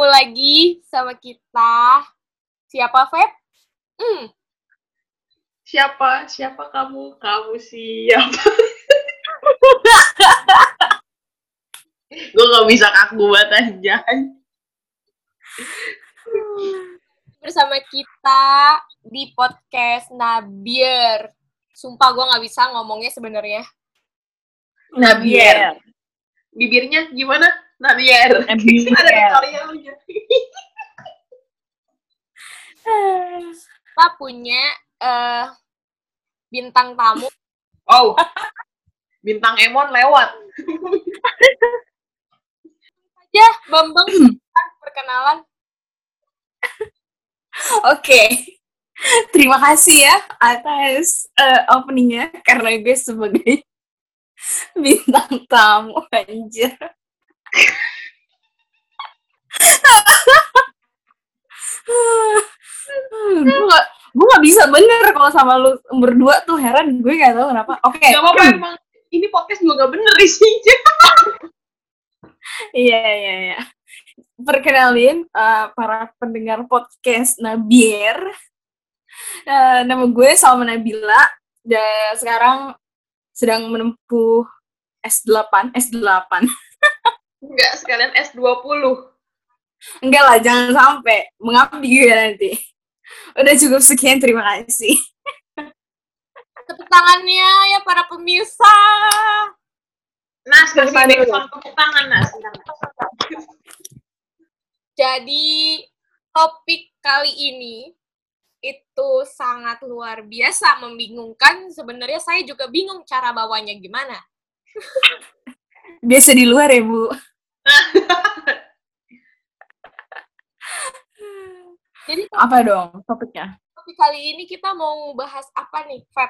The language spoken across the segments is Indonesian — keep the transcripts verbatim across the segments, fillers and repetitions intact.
ketemu lagi sama kita. Siapa, Feb? Hmm. Siapa? Siapa kamu? Kamu siapa? Gue gak bisa kaku banget aja. Bersama kita di podcast Nabier. Sumpah gue gak bisa ngomongnya sebenarnya. Nabier. Bibirnya gimana? Nabier. Nabier. Ada tutorialnya. Kita punya uh, bintang tamu. Oh, bintang Emon lewat. Ya, Bambang, perkenalan. Oke, okay. Terima kasih ya atas uh, openingnya, karena gue sebagai bintang tamu, anjir. gue gak, gue gak bisa bener kalau sama lu berdua tuh, heran gue gak tahu kenapa. Oke. Okay. Gak apa-apa emang, ini podcast juga gak bener isinya. Iya, iya, iya. Perkenalin uh, para pendengar podcast Nabier. Uh, nama gue Salma Nabila, dan sekarang sedang menempuh S delapan. S delapan. Enggak, sekalian S dua puluh. Enggak lah, jangan sampai. Mengabdi gue nanti. Udah cukup sekian, terima kasih. Tepuk tangannya ya para pemirsa. Nas, kasih backsound tepuk tangan, Nas. Jadi, topik kali ini itu sangat luar biasa membingungkan. Sebenarnya saya juga bingung cara bawanya gimana. Biasa di luar ya, Bu. Jadi topik, apa dong topiknya? Topik kali ini kita mau bahas apa nih, Feb?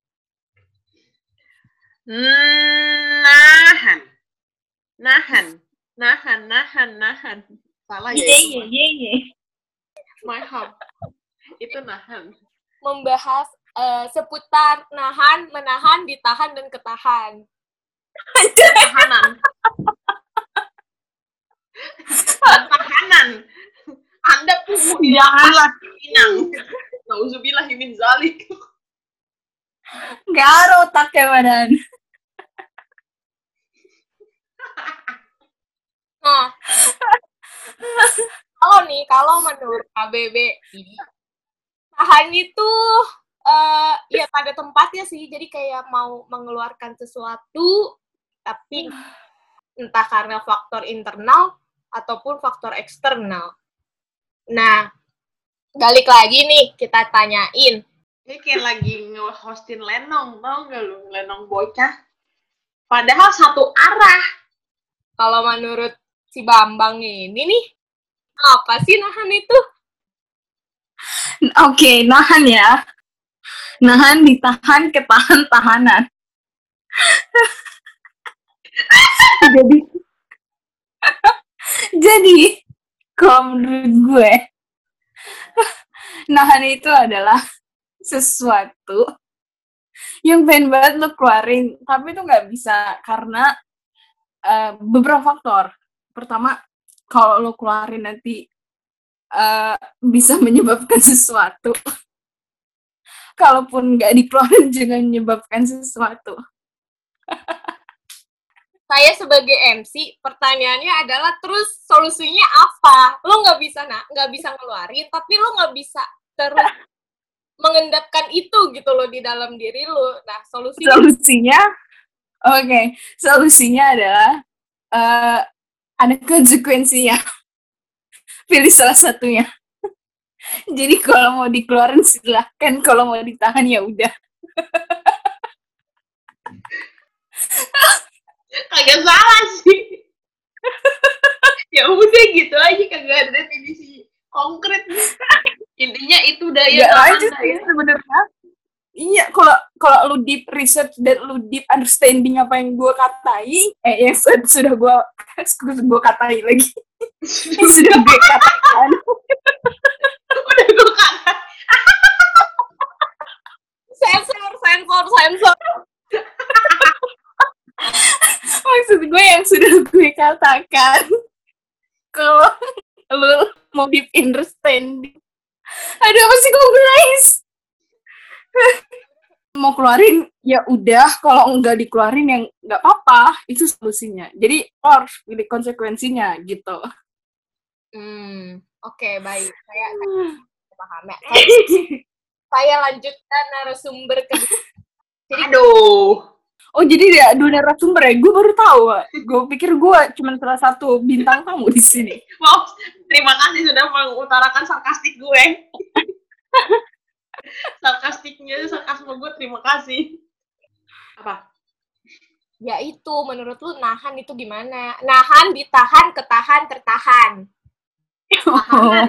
Nahan. Nahan. Nahan, nahan, nahan. Salah ya yeah, itu. Iya, iya, iya. My hub. Itu nahan. Membahas uh, seputar nahan, menahan, ditahan, dan ketahan. Tahanan. Dan tahanan. Anda punggung di Janganlah. Pinang. Nauzubillah min zalik. Gak ada otaknya, badan. Nah, kalau nih, kalau menurut K B B I, tahan itu uh, ya pada tempatnya sih, jadi kayak mau mengeluarkan sesuatu, tapi entah karena faktor internal ataupun faktor eksternal. Nah, balik lagi nih, kita tanyain. Ini kayak lagi nge-hostin Lenong, tau gak lu? Lenong bocah. Padahal satu arah. Kalau menurut si Bambang ini nih, apa sih nahan itu? Oke, okay, nahan ya. Nahan, ditahan, ketahan, tahanan. jadi, jadi, kalau menurut gue, nahan itu adalah sesuatu yang pengen banget lo keluarin, tapi itu nggak bisa karena uh, beberapa faktor. Pertama, kalau lo keluarin nanti uh, bisa menyebabkan sesuatu. Kalaupun nggak dikeluarin juga menyebabkan sesuatu. Saya sebagai M C, pertanyaannya adalah terus solusinya apa? Lo nggak bisa, nah, nggak bisa ngeluarin, tapi lo nggak bisa terus mengendapkan itu gitu loh di dalam diri lo. Nah, solusinya? Solusinya, oke, okay. Solusinya adalah uh, ada konsekuensinya. Pilih salah satunya. Jadi kalau mau dikeluarin silahkan, kalau mau ditahan ya udah. Kagak salah sih. Ya udah gitu aja, kagak ada definisi konkret. Intinya itu daya tahan ya sebenarnya. Iya, kalau kalau lu deep research dan lu deep understanding apa yang gue katai, eh yang sudah, sudah gue gue katai lagi, yang sudah gue katakan, udah gue katai, sensor, sensor, sensor. Maksud gue yang sudah gue katakan, kalau Lu mau deep understanding. Aduh, apa sih kok guys? Mau keluarin ya udah, kalau enggak dikeluarin ya nggak apa-apa, itu solusinya. Jadi lo harus pilih konsekuensinya gitu. Hmm, oke baik. Saya paham ya. Saya, saya lanjutkan narasumber kedua. Jadi, Aduh. Oh jadi ya dua narasumber ya? Gue baru tahu. Gue pikir gue cuma salah satu bintang tamu di sini. Wow, terima kasih sudah mengutarakan sarkastik gue. Sarkastiknya, sarkasme gue, terima kasih. Apa? Ya itu, menurut lu nahan itu gimana? Nahan, ditahan, ketahan, tertahan. Nahan.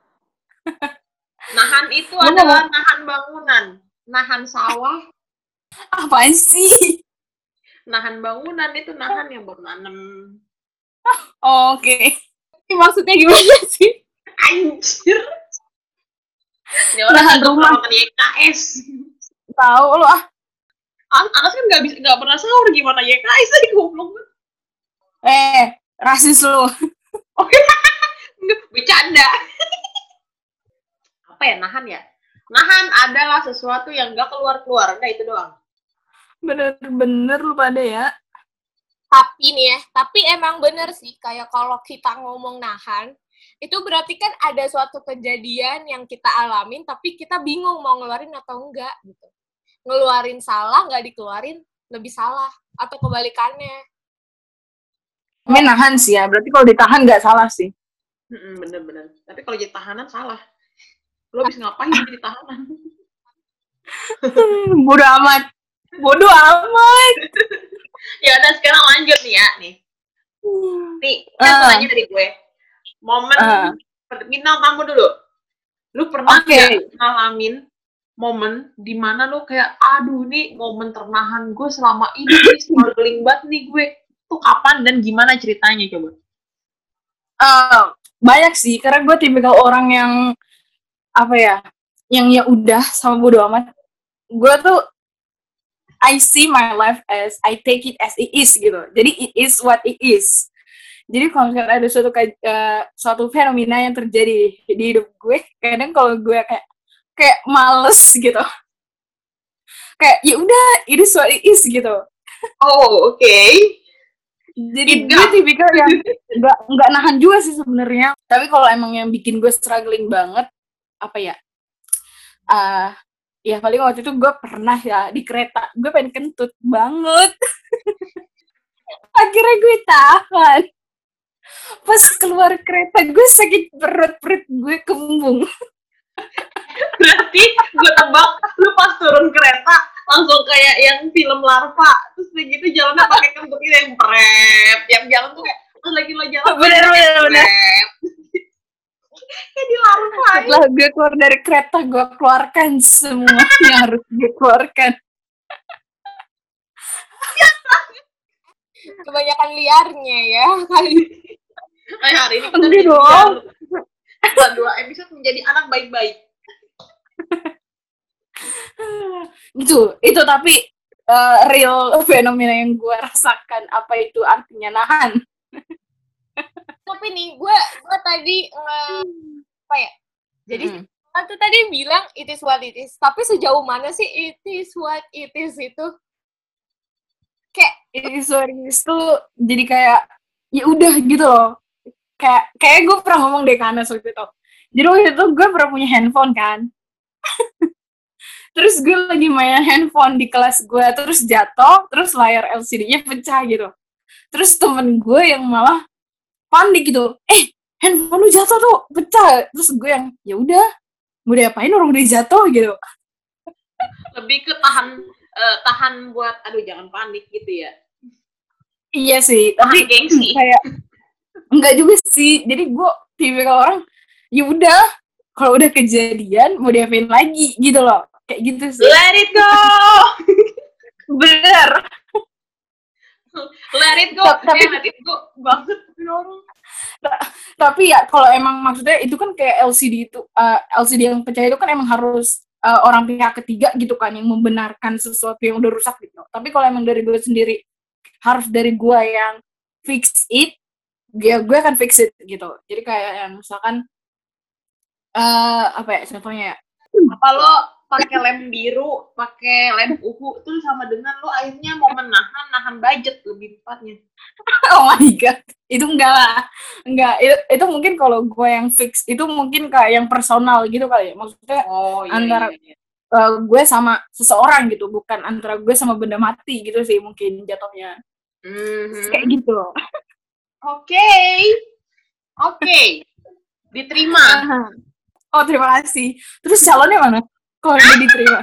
Nahan itu Lu adalah ngomong- nahan bangunan. Nahan sawah, Apaan sih? nahan bangunan itu nahan yang baru nanam. Oh, oke. Ini maksudnya gimana sih? Anjir. Ini orang Nahan nggak rumah. pernah makan Y K S. Tahu lo ah. An- Anas kan nggak bisa, nggak pernah sahur, gimana Y K S sih, goblok. Eh, rasis lu. Oke, nggak, bercanda. Apa ya nahan ya? Nahan adalah sesuatu yang nggak keluar-keluar, udah itu doang. Bener-bener lu pada ya. Tapi nih ya, tapi emang bener sih, kayak kalau kita ngomong nahan, itu berarti kan ada suatu kejadian yang kita alamin, tapi kita bingung mau ngeluarin atau enggak, gitu. Ngeluarin salah, nggak dikeluarin, lebih salah. Atau kebalikannya. Ini nahan sih ya, berarti kalau ditahan nggak salah sih. Mm-mm, bener-bener. Tapi kalau jadi tahanan salah. Lo habis ngapain jadi tahanan? Bodoh amat. Bodoh amat. Ya udah, sekarang lanjut nih ya, nih. Nih, kan Ah. nanya dari gue. Momen Ah. per- bintang tamu dulu. Lu pernah Oke. nggak ngalamin momen dimana lu kayak, aduh nih momen ternahan gue selama ini nih, struggling banget nih gue. Itu kapan dan gimana ceritanya coba? Uh, banyak sih, karena gue tipikal orang yang apa ya, yang ya udah sama bodo amat. Gue tuh I see my life as I take it as it is gitu. Jadi it is what it is. Jadi kalau misalnya ada suatu uh, suatu fenomena yang terjadi di hidup gue, kadang kalau gue kayak kayak males gitu, kayak ya udah it is what it is gitu. Oh, oke. Okay. Jadi gue tipikal yang nggak nggak nahan juga sih sebenarnya. Tapi kalau emang yang bikin gue struggling banget, apa ya? Uh, ya paling waktu itu gue pernah ya di kereta, gue pengen kentut banget. Akhirnya gue tahan. Pas keluar kereta gue sakit perut, perut gue kembung. Berarti gue tebak lu pas turun kereta langsung kayak yang film larva, terus kayak gitu jalannya pakai kentut gitu yang prep, yang jalan tuh kayak pas lagi lo jalan bener bener bener kayak di larva. Setelah gue keluar dari kereta, gue keluarkan semua yang harus gue keluarkan. Kebanyakan liarnya ya kali. Eh, hari ini kita Enggak dong. Setelah dua episode menjadi anak baik-baik. Gitu, itu tapi uh, real fenomena yang gue rasakan. Apa itu artinya nahan? Tapi nih, gue gue tadi nge, apa ya? Jadi mm. tuh tadi bilang it is what it is. Tapi sejauh mana sih it is what it is itu? Kayak it is what it is tuh jadi kayak ya udah gitu loh. Kayak kayak gue pernah ngomong deh ke Anas waktu itu. Jadi waktu itu gue pernah punya handphone kan. Terus gue lagi main handphone di kelas gue, terus jatuh, terus layar L C D-nya pecah gitu. Terus temen gue yang malah panik gitu, eh handphone lu jatuh tuh, pecah. Terus gue yang, ya udah, mau diapain orang udah jatuh gitu. Lebih ke tahan, uh, tahan buat, aduh jangan panik gitu ya. Iya sih, tapi gengsi. Kayak enggak juga sih. Jadi gue tipikal orang, ya udah, kalau udah kejadian mau diapain lagi gitu loh. Kayak gitu sih. Let it go. Bener. Let it go. Tapi eh, let it go banget orang. Tapi ya kalau emang maksudnya itu kan kayak L C D itu uh, L C D yang pecah itu kan emang harus uh, orang pihak ketiga gitu kan yang membenarkan sesuatu yang udah rusak gitu. Tapi kalau emang dari gue sendiri harus dari gue yang fix it, ya gue akan fix it gitu. Jadi kayak yang misalkan eh apa ya contohnya ya? Apa lo pakai lem biru, pakai lem ungu tuh sama dengan lo akhirnya mau menahan nahan budget lebih tepatnya. Oh my god, itu enggak lah, enggak. Itu, itu mungkin kalau gue yang fix itu mungkin kayak yang personal gitu kali ya. Maksudnya Oh iya antara iya. iya. uh, gue sama seseorang gitu, bukan antara gue sama benda mati gitu sih mungkin jatuhnya. Mm-hmm. Kayak gitu. Oke, okay. oke, okay. Diterima. Oh terima kasih. Terus calonnya mana? Kalau udah diterima?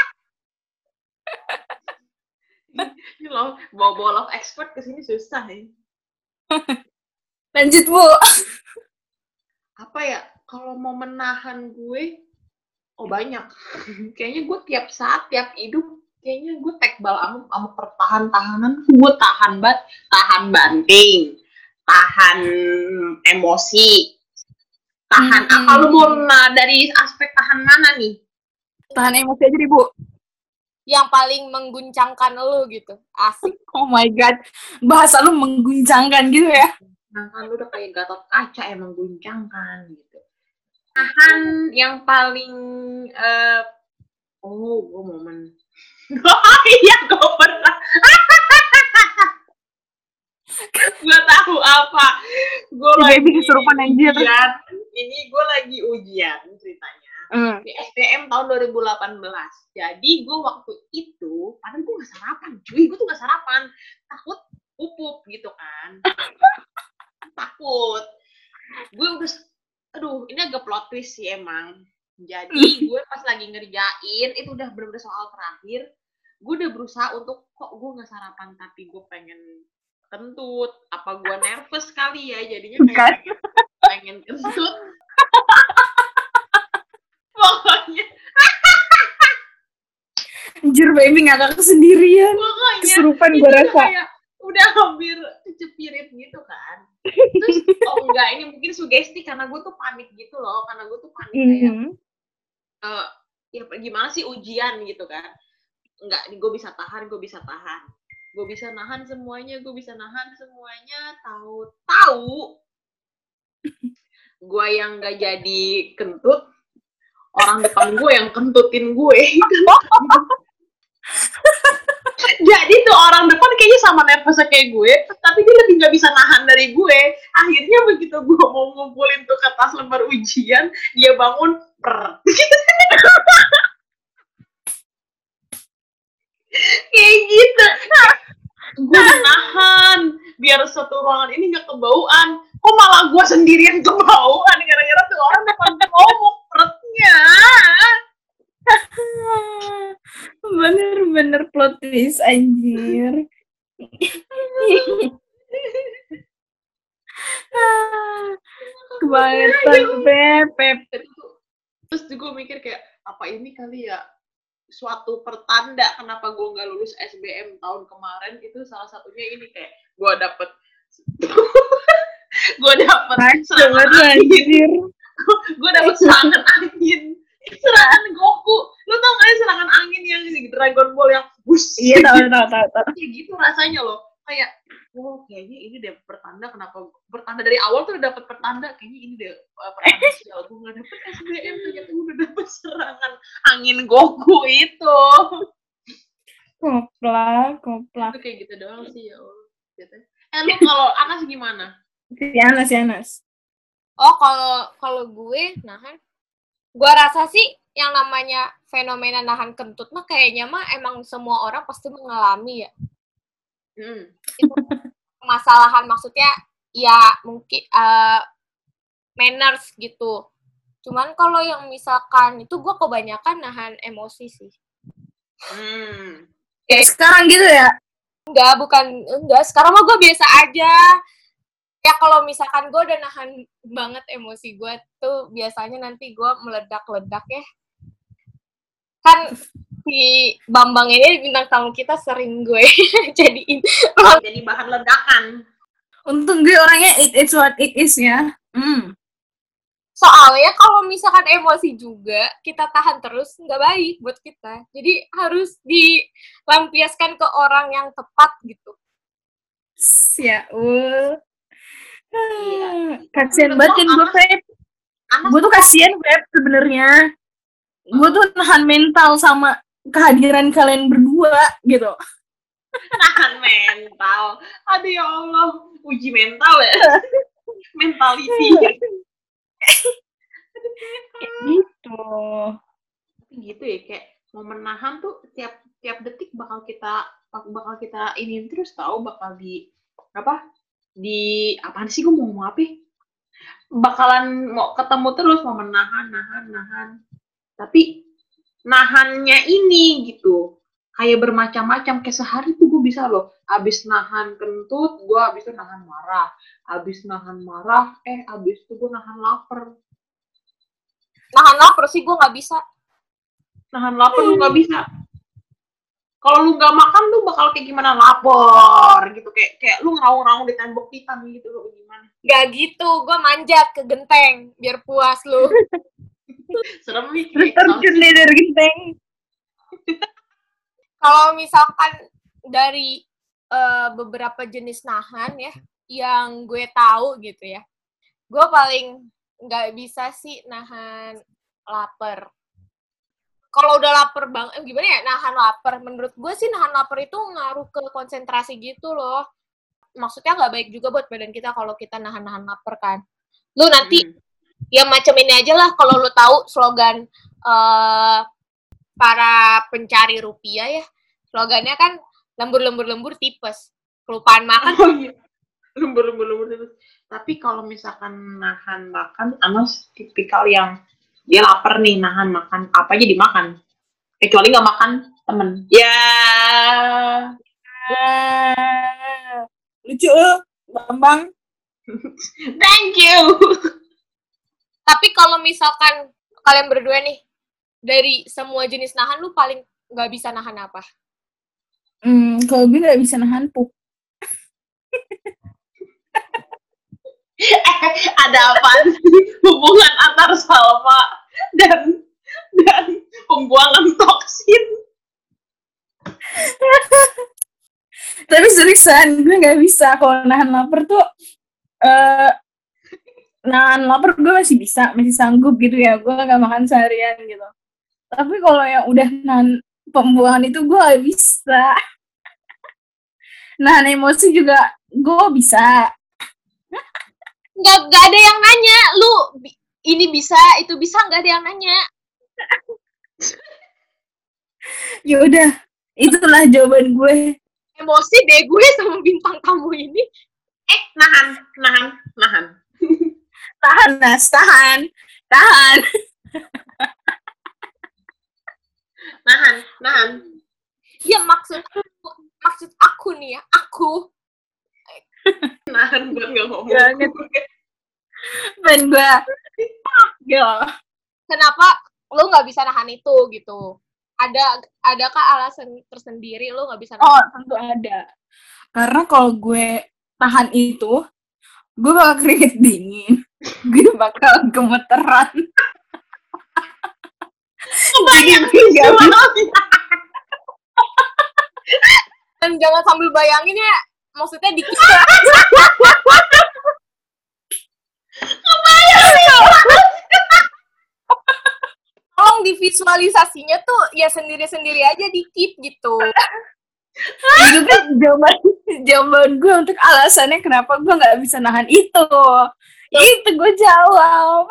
Ini loh, bawa-bawa love expert kesini susah ya. Lanjut Bu. Apa ya? Kalau mau menahan gue, oh banyak. Kayaknya gue tiap saat, tiap hidup, kayaknya gue tekbal sama, sama pertahan-tahanan. Gue tahan banget, tahan banting, tahan emosi, tahan hmm. apa lu mau nah, dari aspek tahan mana nih? Tahan emosi aja deh Bu. Yang paling mengguncangkan lu gitu, asik. Oh my god, bahasa lu mengguncangkan gitu ya? Nah kan lu udah kayak Gatot Kaca emang mengguncangkan gitu. Tahan yang paling uh, oh gue momen oh iya gue pernah gue tahu apa gue lagi kesurupan anjir. Ini gue lagi ujian ceritanya mm. di S B M tahun dua ribu delapan belas. Jadi gue waktu itu padahal gue gak sarapan cuy, gue tuh gak sarapan, takut pupup gitu kan. Takut gue udah aduh ini agak plot twist sih emang. Jadi gue pas lagi ngerjain itu udah bener-bener soal terakhir, gue udah berusaha untuk kok gue nggak sarapan tapi gue pengen kentut, apa gue nervous kali ya jadinya kayak pengen, pengen kentut. Pokoknya anjir baby ngakak sendirian. Pokoknya kesurupan gue rasa kayak udah hampir kecepirit gitu kan. Terus oh enggak ini mungkin sugesti karena gue tuh panik gitu loh, karena gue tuh panik kayak mm-hmm. uh, ya gimana sih ujian gitu kan. Enggak, gue bisa tahan, gue bisa tahan. Gue bisa nahan semuanya, gue bisa nahan semuanya. Tahu-tahu gue yang gak jadi kentut, orang depan gue yang kentutin gue. Jadi tuh orang depan kayaknya sama nervousnya kayak gue, tapi dia lebih gak bisa nahan dari gue. Akhirnya begitu gue mau ngumpulin tuh kertas lembar ujian, dia bangun, per. Kayak gitu. Gue nahan, biar satu ruangan ini gak kebauan. Kok malah gue sendirian kebauan, gara-gara tuh orang depan ngomong perutnya. Bener-bener plot twist anjir. Kebangetan Beb. Terus gue mikir kayak apa ini kali ya suatu pertanda kenapa gue nggak lulus S B M tahun kemarin, itu salah satunya ini kayak gue dapet gue dapet serangan angin. Gue dapet serangan angin. Serangan Goku, lu tau gak serangan angin yang di Dragon Ball yang bus? Iya tahu tahu tahu tahu. Kayak gitu rasanya loh, kayak oh kayaknya ini deh pertanda kenapa pertanda dari awal tuh udah dapet pertanda kayaknya ini deh uh, pertanda sial gue nggak dapet S B M ternyata gue udah dapet serangan angin Goku itu. Koplak koplak. Itu kayak gitu doang sih ya Allah. Gitu. Eh lu kalau Anas gimana? Si Anas si Anas. Oh kalau kalau gue nahan. Gua rasa sih yang namanya fenomena nahan kentut mah kayaknya mah emang semua orang pasti mengalami ya. Hmm. Itu permasalahan maksudnya ya mungkin uh, manners gitu. Cuman kalau yang misalkan itu gua kebanyakan nahan emosi sih. Hmm. Kayak sekarang gitu ya? Enggak, bukan enggak. Sekarang mah gua biasa aja. Ya kalau misalkan gue udah nahan banget emosi gue tuh biasanya nanti gue meledak-ledak ya. Kan si Bambang ini bintang tamu kita sering gue jadiin jadi bahan ledakan. Untung gue orangnya it is what it is ya. Hmm. Soalnya kalau misalkan emosi juga kita tahan terus nggak baik buat kita. Jadi harus dilampiaskan ke orang yang tepat gitu. Ya, uh. Iya. Kasian banget kan gue, Feb. Anas Gue tuh kasian, Feb, sebenarnya. Gue tuh nahan mental sama kehadiran kalian berdua gitu. nahan mental. Aduh ya Allah, uji mental ya. Mentality. Kayak gitu. Tapi gitu ya, kayak mau menahan tuh tiap tiap detik bakal kita bakal kita ini terus tahu, bakal di apa di apaan sih, gue mau ngomong apa ya? Bakalan mau ketemu terus, mau menahan nahan nahan tapi nahannya ini gitu kayak bermacam-macam. Kayak sehari tuh gue bisa loh abis nahan kentut, gue abis itu nahan marah, abis nahan marah eh abis itu gue nahan lapar. Nahan lapar sih gue nggak bisa. Nahan lapar lu nggak bisa. Kalau lu nggak makan lu bakal kayak gimana, lapar gitu, kayak kayak lu ngeraung-raung di tembok hitam gitu lo, gimana? Gak gitu, gue manjat ke genteng biar puas lu. Serem nih. Terus terjun deh dari genteng. Kalau misalkan dari uh, beberapa jenis nahan ya, yang gue tahu gitu ya, gue paling nggak bisa sih nahan lapar. Kalau udah lapar banget, gimana ya, nahan lapar. Menurut gue sih nahan lapar itu ngaruh ke konsentrasi gitu loh. Maksudnya nggak baik juga buat badan kita kalau kita nahan-nahan lapar kan. Lu nanti hmm. yang macam ini aja lah, kalau lu tahu slogan uh, para pencari rupiah ya, slogannya kan lembur-lembur-lembur tipes. Kelupaan makan. Oh, iya. Lembur-lembur-lembur tipes. Tapi kalau misalkan nahan makan, Anas tipikal yang dia lapar nih, nahan makan apa aja dimakan, kecuali nggak makan temen. Ya. Yeah. Lucu lo, Bambang. Thank you. Tapi kalau misalkan kalian berdua nih, dari semua jenis nahan, lu paling nggak bisa nahan apa? Hmm, kalau gue nggak bisa nahan pup. eh, ada apa sih hubungan antar Salma dan dan pembuangan toksin? Tapi seriusan gue nggak bisa. Kalau nahan lapar tuh uh, nahan lapar gue masih bisa, masih sanggup gitu ya, gue nggak makan seharian gitu. Tapi kalau yang udah nahan pembuangan itu gue nggak bisa. Nahan emosi juga gue bisa. Nggak, nggak ada yang nanya, lu ini bisa, itu bisa, nggak ada yang nanya. Ya udah, itulah jawaban gue. Emosi deh gue sama bintang tamu ini. Eh, nahan, nahan, nahan. Tahan, Nas, tahan, tahan. Nahan, nahan. Ya maksud aku, maksud aku nih ya, aku. Nahan buat nggak ngomong. Ben gue. Kenapa lu nggak bisa nahan itu gitu? Ada adakah alasan tersendiri lu nggak bisa nahan? Oh, tentu ada. Karena kalau gue tahan itu, gue bakal keringet dingin. Gue bakal gemeteran. Kebayang sih. Dan jangan sambil bayangin ya, maksudnya dikit. Kebayang sih. Tolong divisualisasinya tuh ya sendiri-sendiri aja dikit gitu. Itu kan jawaban, jawaban gue untuk alasannya kenapa gue nggak bisa nahan itu. Itu gue jawab.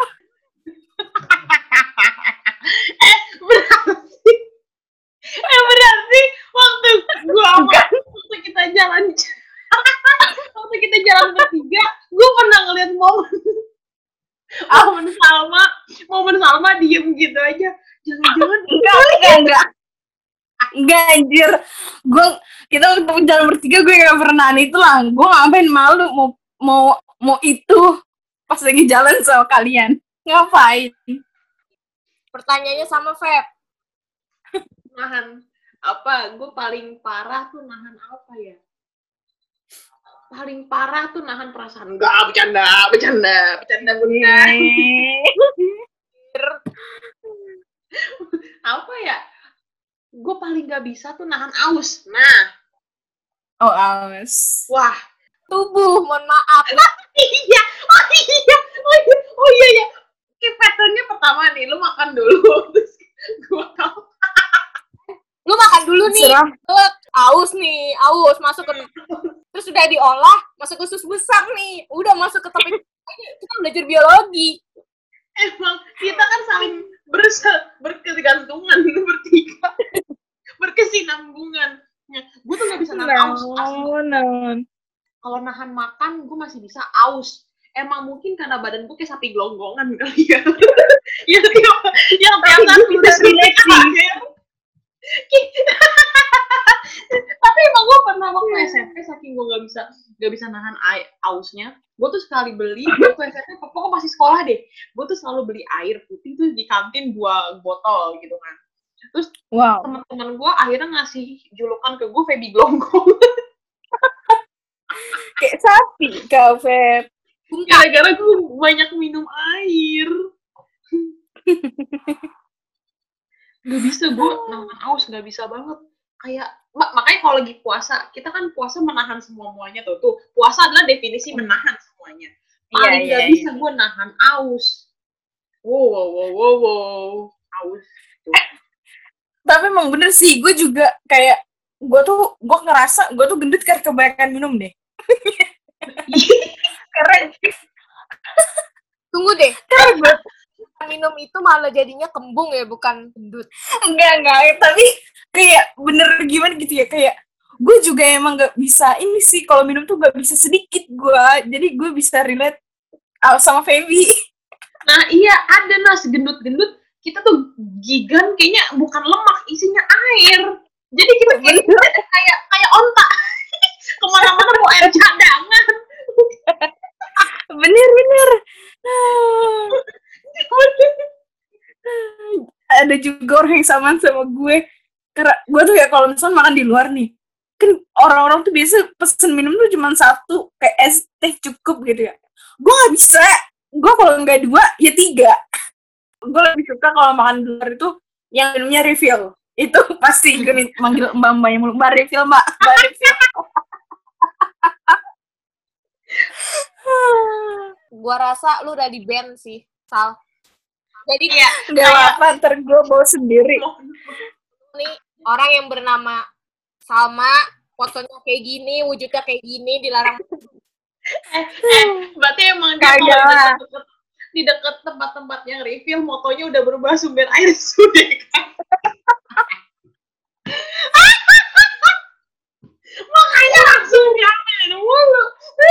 eh berarti, eh berarti waktu gue waktu kita jalan, waktu kita jalan bertiga, gue pernah ngeliat momen, momen Salma, momen Salma diem gitu aja. Jangan-jangan enggak, enggak, enggak. Enggak, anjir. Gue, kita waktu jalan bertiga gue gak pernah itu lah. Gue ngapain malu mau mau mau itu pas lagi jalan sama kalian. Ngapain? Pertanyaannya sama Feb. Nahan apa? Gue paling parah tuh nahan apa ya? Paling parah tuh nahan perasaan. Enggak, bercanda, bercanda, bercanda benar. Apa ya? Gue paling gak bisa tuh nahan aus. Nah. Oh, aus. Wah. tubuh, mohon maaf. Iya, oh iya, oh iya, oh iya ya. Kayak patternnya pertama nih, lu makan dulu, terus gua tahu. Lu makan dulu nih, Serah. Set, aus nih, aus masuk ke terus udah diolah, masuk ke usus besar nih, udah masuk ke topik ini kita belajar biologi. Emang kita kan saling berusaha berketergantungan bertiga, berkesinambungan. Ya, gue tuh nggak bisa nahan aus asli. Naon. Kalau nahan makan, gue masih bisa aus. Emang mungkin karena badan gue kayak sapi gelonggongan kali ya. yang yang yang tiap saat udah relate sih. Tapi emang gue pernah waktu S M P saking gue nggak bisa nggak bisa nahan air ausnya, gue tuh sekali beli waktu S M P pokoknya masih sekolah deh, gue tuh selalu beli air putih tuh di kantin dua botol gitu kan. Terus Wow. teman-teman gue akhirnya ngasih julukan ke gue Feby Glonggong. Kayak sapi kau, Feb. Gara-gara gue banyak minum air. Gak bisa gue nahan aus, gak bisa banget. Kayak mak makanya kalau lagi puasa, kita kan puasa menahan semua-muanya tuh. Tuh, puasa adalah definisi menahan semuanya. Paling Iya, gak iya, bisa gue nahan aus. Wow, wow, wow, wow, wow. Aus. Tuh. Tapi emang bener sih, gue juga kayak gue tuh gue ngerasa gue tuh gendut karena kebanyakan minum deh. Karena Tunggu deh, karena gue minum itu malah jadinya kembung ya, bukan gendut. enggak enggak tapi kayak bener gimana gitu ya, kayak gue juga emang gak bisa ini sih, kalau minum tuh gak bisa sedikit gue, jadi gue bisa relate uh, sama Feby. Nah iya, ada nah segendut-gendut kita tuh gigan kayaknya bukan lemak, isinya air. Jadi kita kayak kayak kayak onta. Kemana-mana mau air cadangan. Bener bener. Ada juga orang yang sama sama gue. Karena gue tuh ya kalau misalnya makan di luar nih, kan orang-orang tuh biasa pesen minum tuh cuma satu, kayak es teh cukup gitu ya. Gue nggak bisa. Gue kalau nggak dua ya tiga. Gue lebih suka kalau makan di luar itu yang minumnya refill. Itu pasti gue nih manggil mbak-mbak yang mulu, mbak refill mbak, mbak refill. Gua rasa lu udah di ban sih, Sal. Jadi Iya, Gak apa-apa, ntar gue bawa sendiri. nih orang yang bernama Salma, fotonya kayak gini, wujudnya kayak gini, dilarang. eh, eh, berarti emang dia Kagak kalau di lah. deket-deket di dekat tempat-tempat yang refill, motonya udah berubah sumber air sudah kan. Makanya langsung diambil mulu.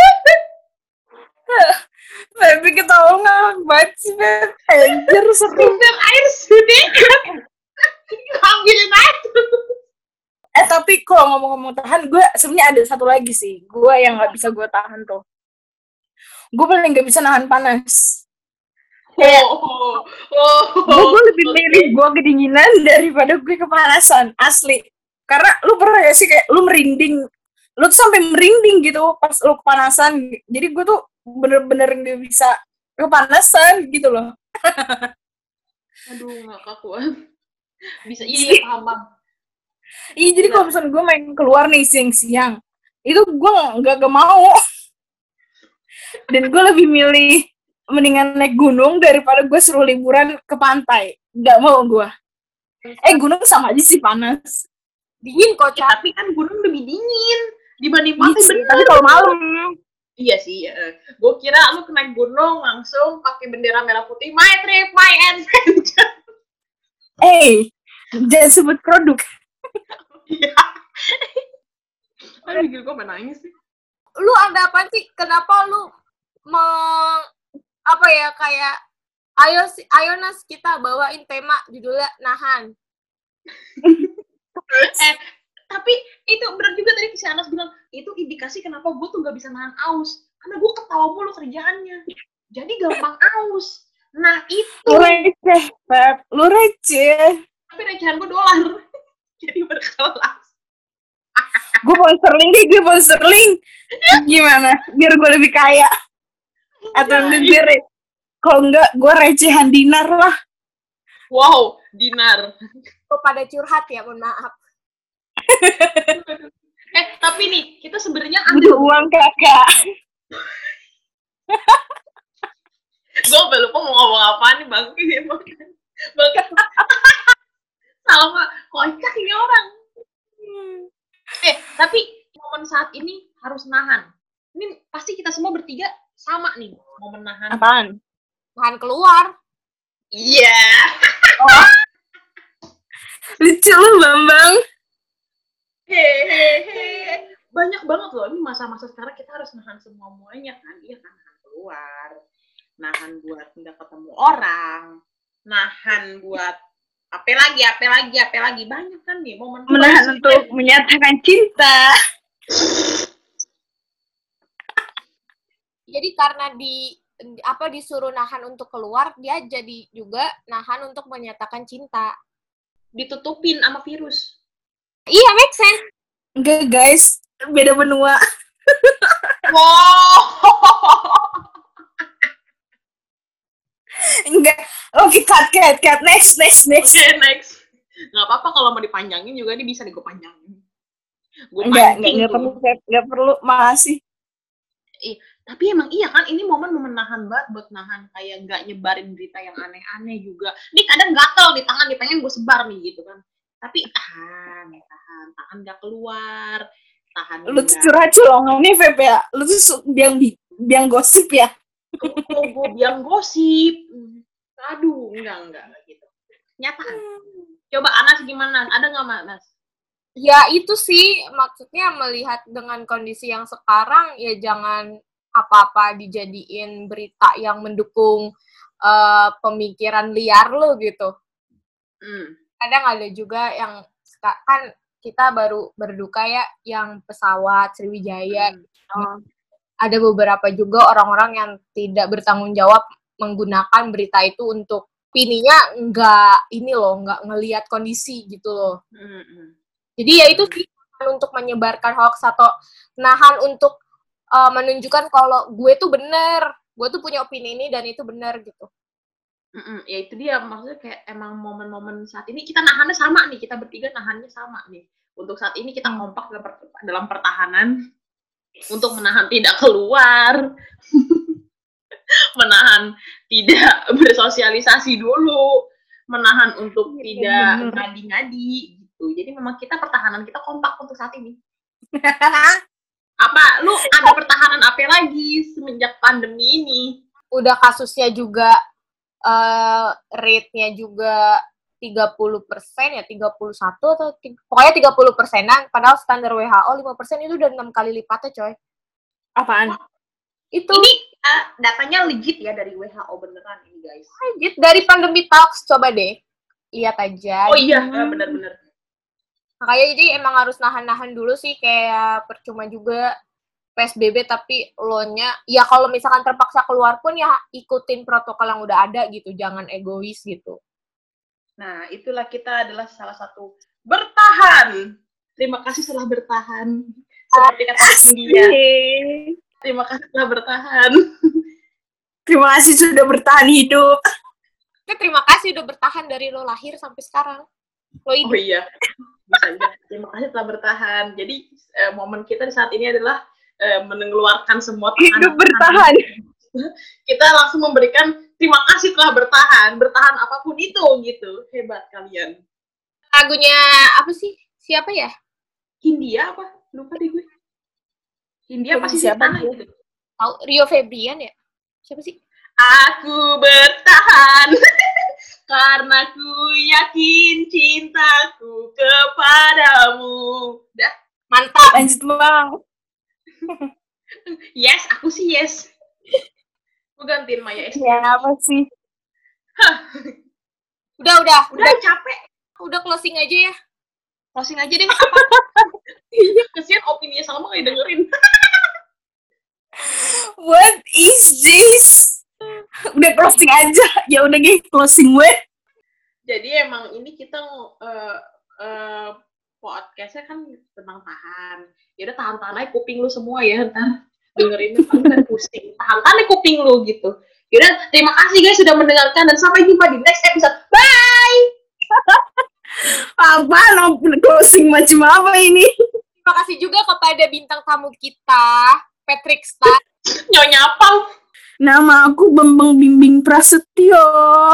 Feby ketawa ngawak banget sih, Feb. Anjir, seru. Sumber air sudah kan. Ambilin aja. Eh, tapi kalau ngomong-ngomong tahan, gue sebenarnya ada satu lagi sih. Gue yang gak bisa gue tahan tuh. Gue paling gak bisa nahan panas. Kayak, Oh, oh, gue, gue lebih milih gue kedinginan daripada gue kepanasan. Asli. Karena lu pernah gak sih kayak lu merinding. Lu tuh sampai merinding gitu pas lu kepanasan. Jadi gue tuh bener-bener gak bisa kepanasan gitu loh. aduh, nggak kakuat. Bisa, iya, iya, paham, paham. Iya, jadi kalau misalnya gue main keluar nih siang-siang, itu gue gak, gak mau. Dan gue lebih milih mendingan naik gunung daripada gue suruh liburan ke pantai. Gak mau gue. Eh, gunung sama aja sih panas. Dingin kok, Ya, Cap. tapi kan gunung lebih dingin dibanding Iya pantai, sih, bener. tapi kalau malam. Iya sih, ya. Gue kira lu naik gunung langsung pakai bendera merah putih, my trip, my adventure. Eh, jangan sebut produk. Iya. Aduh, gila, gue menangis sih. Lu ada apa sih? Kenapa lu meng, apa ya, kayak ayo si- ayo Nas kita bawain tema judulnya nahan. Eh, tapi itu benar juga tadi si Anas bilang, itu indikasi kenapa gue tuh gak bisa nahan aus. Karena gue ketawa mulu kerjaannya. Jadi gampang aus. Nah, itu. Lu receh, Feb. Lu receh. Tapi recehan gue dolar. Jadi berkelas. Gue pound sterling deh, gue pound sterling. Gimana? Biar gue lebih kaya. Atau enggak gue re- kalau enggak, gue recehan dinar lah. Wow, dinar. Lu pada curhat ya, mohon maaf. Eh, tapi nih, kita sebenarnya Butuh butuh uang kakak. Gue sampai lupa mau ngomong apa nih bang. Bang. Sama kocak ini orang. Eh tapi momen saat ini harus nahan. Ini pasti kita semua bertiga sama nih momen nahan. Apaan? Nahan keluar. Iya. Yeah. Oh. Lucu lu Bambang. Hehehe. Banyak banget loh ini masa-masa sekarang kita harus nahan semua muanya kan. Iya kan, nahan keluar, nahan buat nggak ketemu orang, nahan buat apa lagi, apa lagi, apa lagi, banyak kan nih momen. Menahan untuk ya. Menyatakan cinta. Jadi karena di apa disuruh nahan untuk keluar, dia jadi juga nahan untuk menyatakan cinta. Ditutupin sama virus. Iya, make sense. Enggak guys, beda benua. Wow. Enggak. Oke, cut, cut, cut. Next, next, next. Oke, okay, next. Nggak apa-apa kalau mau dipanjangin juga ini bisa nih gue panjangin. Gue enggak, enggak, enggak perlu, enggak perlu, makasih. Ih, tapi emang iya kan ini momen-momen nahan banget buat nahan kayak nggak nyebarin berita yang aneh-aneh juga. Nih kadang gatel di tangan nih pengen gue sebar nih gitu kan. Tapi tahan, tahan, tahan nggak keluar, tahan. Lu tuh curhat culongan nih Feb ya. Lu tuh biang biang gosip ya. Tuh gue biang gosip. Aduh, enggak enggak enggak gitu. Nyataan. Coba Anas gimana? Ada nggak Mas? Ya itu sih maksudnya melihat dengan kondisi yang sekarang ya jangan apa-apa dijadiin berita yang mendukung uh, pemikiran liar lo gitu. Hmm. Kadang ada juga yang kan kita baru berduka ya yang pesawat Sriwijaya. Hmm. Ada beberapa juga orang-orang yang tidak bertanggung jawab menggunakan berita itu untuk opininya nggak ini loh nggak ngelihat kondisi gitu loh. Hmm. Jadi ya itu sih untuk menyebarkan hoax atau nahan untuk uh, menunjukkan kalau gue tuh bener, gue tuh punya opini ini dan itu bener gitu. Mm-mm, ya itu dia maksudnya kayak emang momen-momen saat ini kita nahannya sama nih, kita bertiga nahannya sama nih. Untuk saat ini kita kompak dalam, dalam pertahanan untuk menahan tidak keluar, menahan tidak bersosialisasi dulu, menahan untuk tidak ngadi-ngadi. Jadi memang kita pertahanan kita kompak untuk saat ini. Apa? Lu ada pertahanan apa lagi semenjak pandemi ini? Udah kasusnya juga, uh, rate-nya juga tiga puluh persen ya, tiga puluh satu atau tiga, pokoknya tiga puluh persenan, padahal standar W H O lima persen itu udah enam kali lipatnya coy. Apaan? Itu ini uh, datanya legit ya dari W H O beneran ini guys. Legit dari Pandemic Talks, coba deh. Lihat aja. Oh iya, hmm. bener-bener. Makanya jadi emang harus nahan-nahan dulu sih, kayak percuma juga P S B B tapi lo-nya, ya kalau misalkan terpaksa keluar pun ya ikutin protokol yang udah ada gitu, jangan egois gitu. Nah, itulah kita adalah salah satu bertahan. Terima kasih telah bertahan. Seperti kata India. Terima kasih telah bertahan. Terima kasih sudah bertahan hidup. Terima kasih udah bertahan dari lo lahir sampai sekarang. Lo hidup. Oh iya. Terima kasih telah bertahan. Jadi eh, momen kita di saat ini adalah eh, mengeluarkan semua tekanan. Hidup bertahan. Kita langsung memberikan terima kasih telah bertahan, bertahan apapun itu gitu. Hebat kalian. Lagunya apa sih? Siapa ya? Hindia apa? Lupa deh gue. Hindia pasti siapa gitu. Tahu Rio Febrian ya? Siapa sih? Aku bertahan. Karena ku yakin cintaku kepadamu. Dah, mantap. Lanjut bang. Yes, aku sih yes. Aku gantiin Maya S. Ya apa sih? udah, udah, udah, udah capek. Udah closing aja ya. Closing aja deh. Kesian opini Salma nggak dengerin. What is this? Udah closing aja. Ya udah guys, closing gue. Jadi emang ini kita uh, uh, podcastnya kan tentang tahan. Ya udah tahan-tahan aja kuping lu semua ya ntar dengerinnya kan pusing. Tahan-tahan aja kuping lu gitu. Ya udah terima kasih guys sudah mendengarkan dan sampai jumpa di next episode. Bye. Apa? Closing macam apa ini? Terima kasih kasih juga kepada bintang tamu kita, Patrick Star. Nyonya Pang. Nama aku Bambang Bimbing Prasetyo.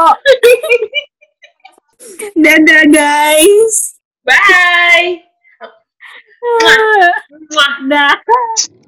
Dadah guys. Bye. Mwah. Mwah. Dah.